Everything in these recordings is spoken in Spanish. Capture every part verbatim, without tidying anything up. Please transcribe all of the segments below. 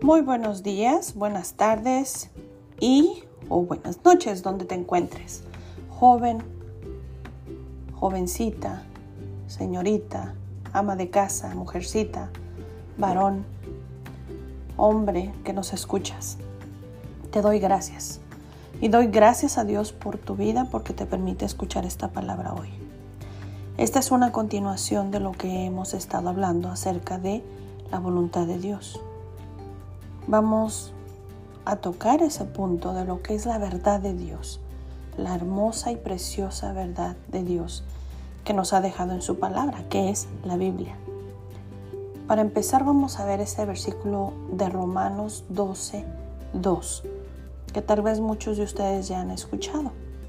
Muy buenos días, buenas tardes y o buenas noches donde te encuentres. Joven, jovencita, señorita, ama de casa, mujercita, varón, hombre que nos escuchas. Te doy gracias y doy gracias a Dios por tu vida porque te permite escuchar esta palabra hoy. Esta es una continuación de lo que hemos estado hablando acerca de la voluntad de Dios. Vamos a tocar ese punto de lo que es la verdad de Dios, la hermosa y preciosa verdad de Dios que nos ha dejado en su palabra, que es la Biblia. Para empezar vamos a ver ese versículo de Romanos doce, dos, que tal vez muchos de ustedes ya han escuchado.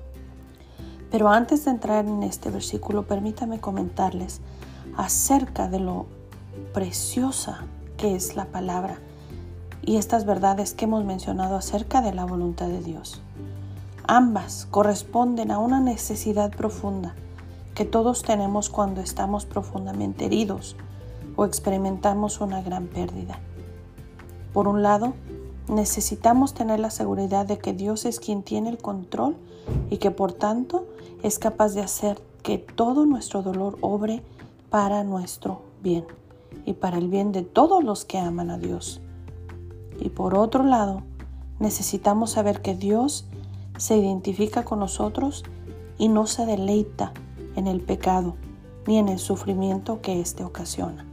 Pero antes de entrar en este versículo, permítame comentarles acerca de lo preciosa que es la palabra y estas verdades que hemos mencionado acerca de la voluntad de Dios. Ambas corresponden a una necesidad profunda que todos tenemos cuando estamos profundamente heridos o experimentamos una gran pérdida. Por un lado, necesitamos tener la seguridad de que Dios es quien tiene el control y que por tanto es capaz de hacer que todo nuestro dolor obre para nuestro bien y para el bien de todos los que aman a Dios. Y por otro lado, necesitamos saber que Dios se identifica con nosotros y no se deleita en el pecado ni en el sufrimiento que éste ocasiona.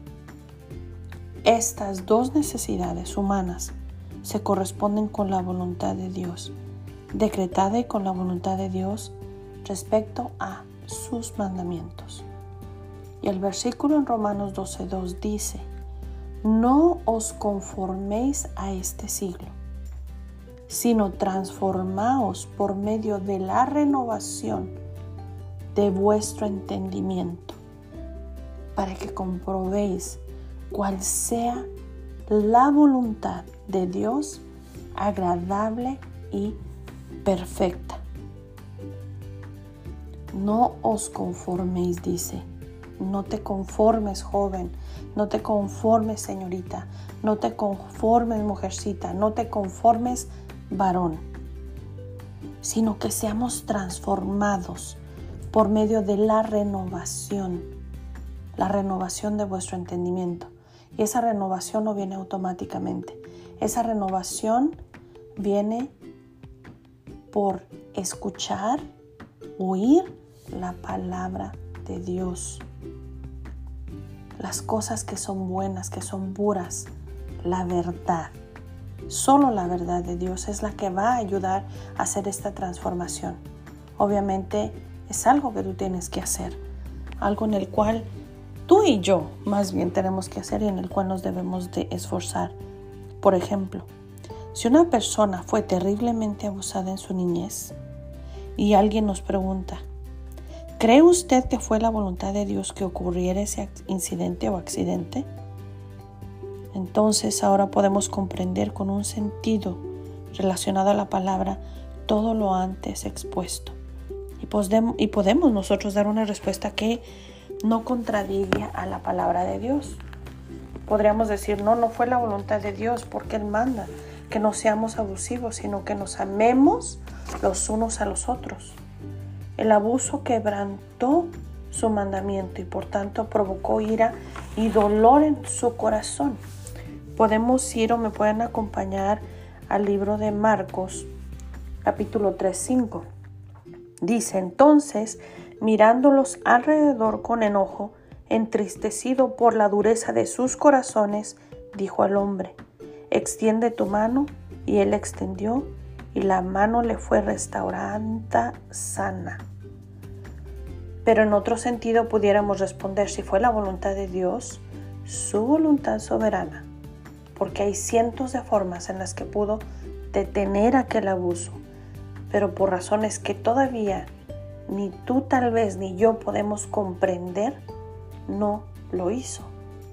Estas dos necesidades humanas se corresponden con la voluntad de Dios, decretada y con la voluntad de Dios respecto a sus mandamientos. Y el versículo en Romanos doce, dos dice: no os conforméis a este siglo, sino transformaos por medio de la renovación de vuestro entendimiento, para que comprobéis cuál sea la voluntad de Dios agradable y perfecta. No os conforméis, dice. No te conformes, joven. No te conformes, señorita. No te conformes, mujercita. No te conformes, varón. Sino que seamos transformados por medio de la renovación. La renovación de vuestro entendimiento. Y esa renovación no viene automáticamente. Esa renovación viene por escuchar, oír la palabra de Dios. Las cosas que son buenas, que son puras, la verdad. Solo la verdad de Dios es la que va a ayudar a hacer esta transformación. Obviamente es algo que tú tienes que hacer, algo en el cual tú y yo más bien tenemos que hacer y en el cual nos debemos de esforzar. Por ejemplo, si una persona fue terriblemente abusada en su niñez y alguien nos pregunta: ¿cree usted que fue la voluntad de Dios que ocurriera ese incidente o accidente? Entonces ahora podemos comprender con un sentido relacionado a la palabra todo lo antes expuesto. Y, podemos, y podemos nosotros dar una respuesta que no contradiga a la palabra de Dios. Podríamos decir: no, no fue la voluntad de Dios porque Él manda que no seamos abusivos, sino que nos amemos los unos a los otros. El abuso quebrantó su mandamiento y por tanto provocó ira y dolor en su corazón. Podemos ir o me pueden acompañar al libro de Marcos, capítulo tres, cinco. Dice: entonces, mirándolos alrededor con enojo, entristecido por la dureza de sus corazones, dijo al hombre: extiende tu mano. Y él extendió, y la mano le fue restaurada sana. Pero en otro sentido pudiéramos responder: si fue la voluntad de Dios, su voluntad soberana, porque hay cientos de formas en las que pudo detener aquel abuso, pero por razones que todavía ni tú tal vez ni yo podemos comprender, no lo hizo.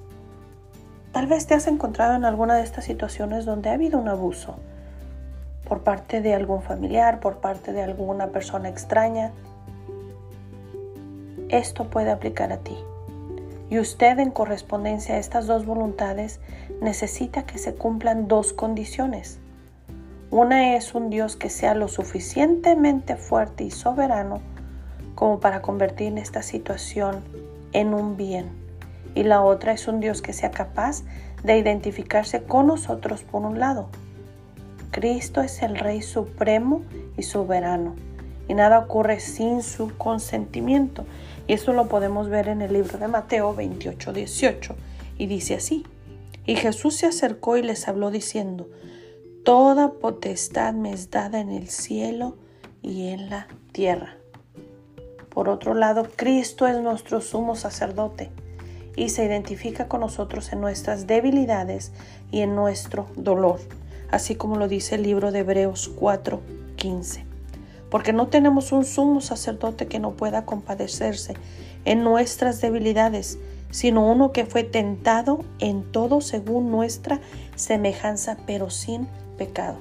Tal vez te has encontrado en alguna de estas situaciones donde ha habido un abuso por parte de algún familiar, por parte de alguna persona extraña. Esto puede aplicar a ti. Y usted, en correspondencia a estas dos voluntades, necesita que se cumplan dos condiciones. Una es un Dios que sea lo suficientemente fuerte y soberano como para convertir esta situación en un bien. Y la otra es un Dios que sea capaz de identificarse con nosotros por un lado. Cristo es el Rey supremo y soberano, y nada ocurre sin su consentimiento. Y esto lo podemos ver en el libro de Mateo veintiocho, dieciocho, y dice así: y Jesús se acercó y les habló diciendo: toda potestad me es dada en el cielo y en la tierra. Por otro lado, Cristo es nuestro sumo sacerdote y se identifica con nosotros en nuestras debilidades y en nuestro dolor, así como lo dice el libro de Hebreos cuatro, quince. Porque no tenemos un sumo sacerdote que no pueda compadecerse en nuestras debilidades, sino uno que fue tentado en todo según nuestra semejanza, pero sin pecado.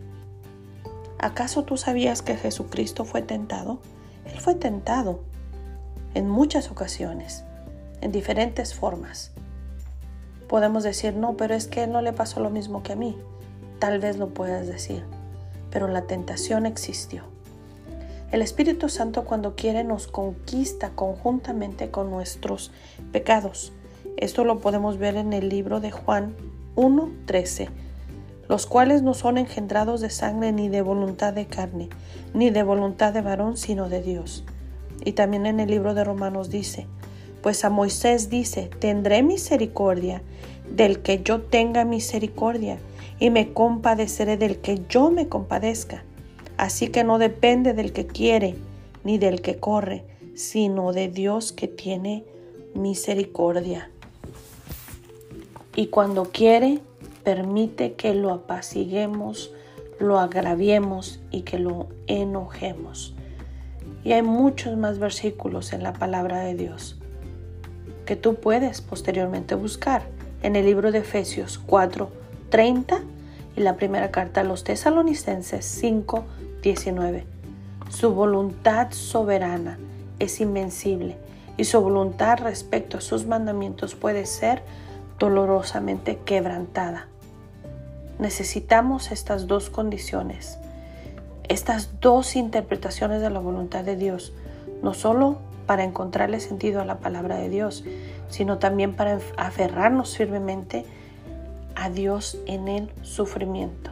¿Acaso tú sabías que Jesucristo fue tentado? Él fue tentado en muchas ocasiones, en diferentes formas. Podemos decir, no, pero es que a él no le pasó lo mismo que a mí. Tal vez lo puedas decir, pero la tentación existió. El Espíritu Santo, cuando quiere, nos conquista conjuntamente con nuestros pecados. Esto lo podemos ver en el libro de Juan uno, trece. Los cuales no son engendrados de sangre, ni de voluntad de carne, ni de voluntad de varón, sino de Dios. Y también en el libro de Romanos dice: pues a Moisés dice: tendré misericordia del que yo tenga misericordia, y me compadeceré del que yo me compadezca. Así que no depende del que quiere, ni del que corre, sino de Dios que tiene misericordia. Y cuando quiere, permite que lo apaciguemos, lo agraviemos y que lo enojemos. Y hay muchos más versículos en la palabra de Dios que tú puedes posteriormente buscar en el libro de Efesios cuatro, treinta y la primera carta a los Tesalonicenses cinco, diecinueve. Su voluntad soberana es invencible y su voluntad respecto a sus mandamientos puede ser dolorosamente quebrantada. Necesitamos estas dos condiciones, estas dos interpretaciones de la voluntad de Dios, no solo para encontrarle sentido a la palabra de Dios, sino también para aferrarnos firmemente a Dios en el sufrimiento.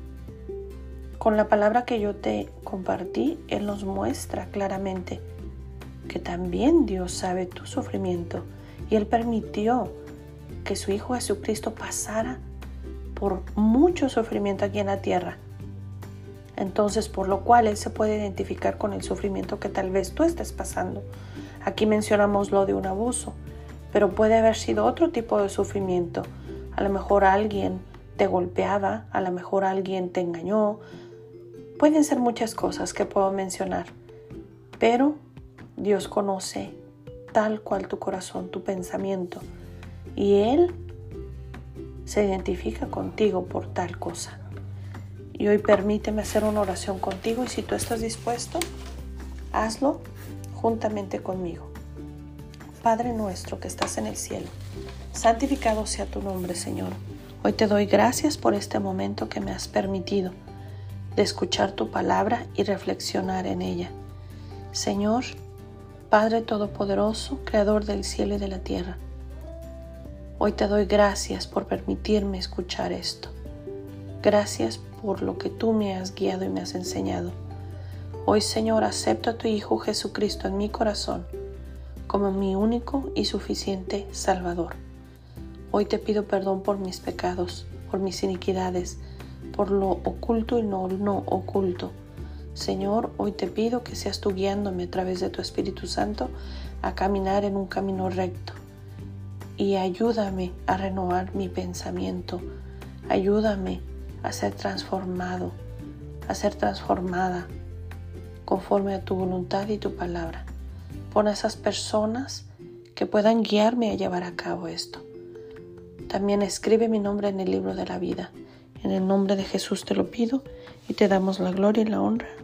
Con la palabra que yo te compartí, Él nos muestra claramente que también Dios sabe tu sufrimiento y Él permitió que su Hijo Jesucristo pasara por mucho sufrimiento aquí en la tierra. Entonces, por lo cual Él se puede identificar con el sufrimiento que tal vez tú estés pasando. Aquí mencionamos lo de un abuso, pero puede haber sido otro tipo de sufrimiento. A lo mejor alguien te golpeaba, a lo mejor alguien te engañó. Pueden ser muchas cosas que puedo mencionar, pero Dios conoce tal cual tu corazón, tu pensamiento, y Él se identifica contigo por tal cosa. Y hoy permíteme hacer una oración contigo, y si tú estás dispuesto, hazlo juntamente conmigo. Padre nuestro que estás en el cielo, santificado sea tu nombre, Señor. Hoy te doy gracias por este momento que me has permitido de escuchar tu palabra y reflexionar en ella. Señor, Padre Todopoderoso, Creador del cielo y de la tierra, hoy te doy gracias por permitirme escuchar esto. Gracias por lo que tú me has guiado y me has enseñado. Hoy, Señor, acepto a tu Hijo Jesucristo en mi corazón como mi único y suficiente Salvador. Hoy te pido perdón por mis pecados, por mis iniquidades, por lo oculto y no, no oculto. Señor, hoy te pido que seas tú guiándome a través de tu Espíritu Santo a caminar en un camino recto. Y ayúdame a renovar mi pensamiento. Ayúdame a ser transformado, a ser transformada conforme a tu voluntad y tu palabra. Pon a esas personas que puedan guiarme a llevar a cabo esto. También escribe mi nombre en el libro de la vida. En el nombre de Jesús te lo pido y te damos la gloria y la honra.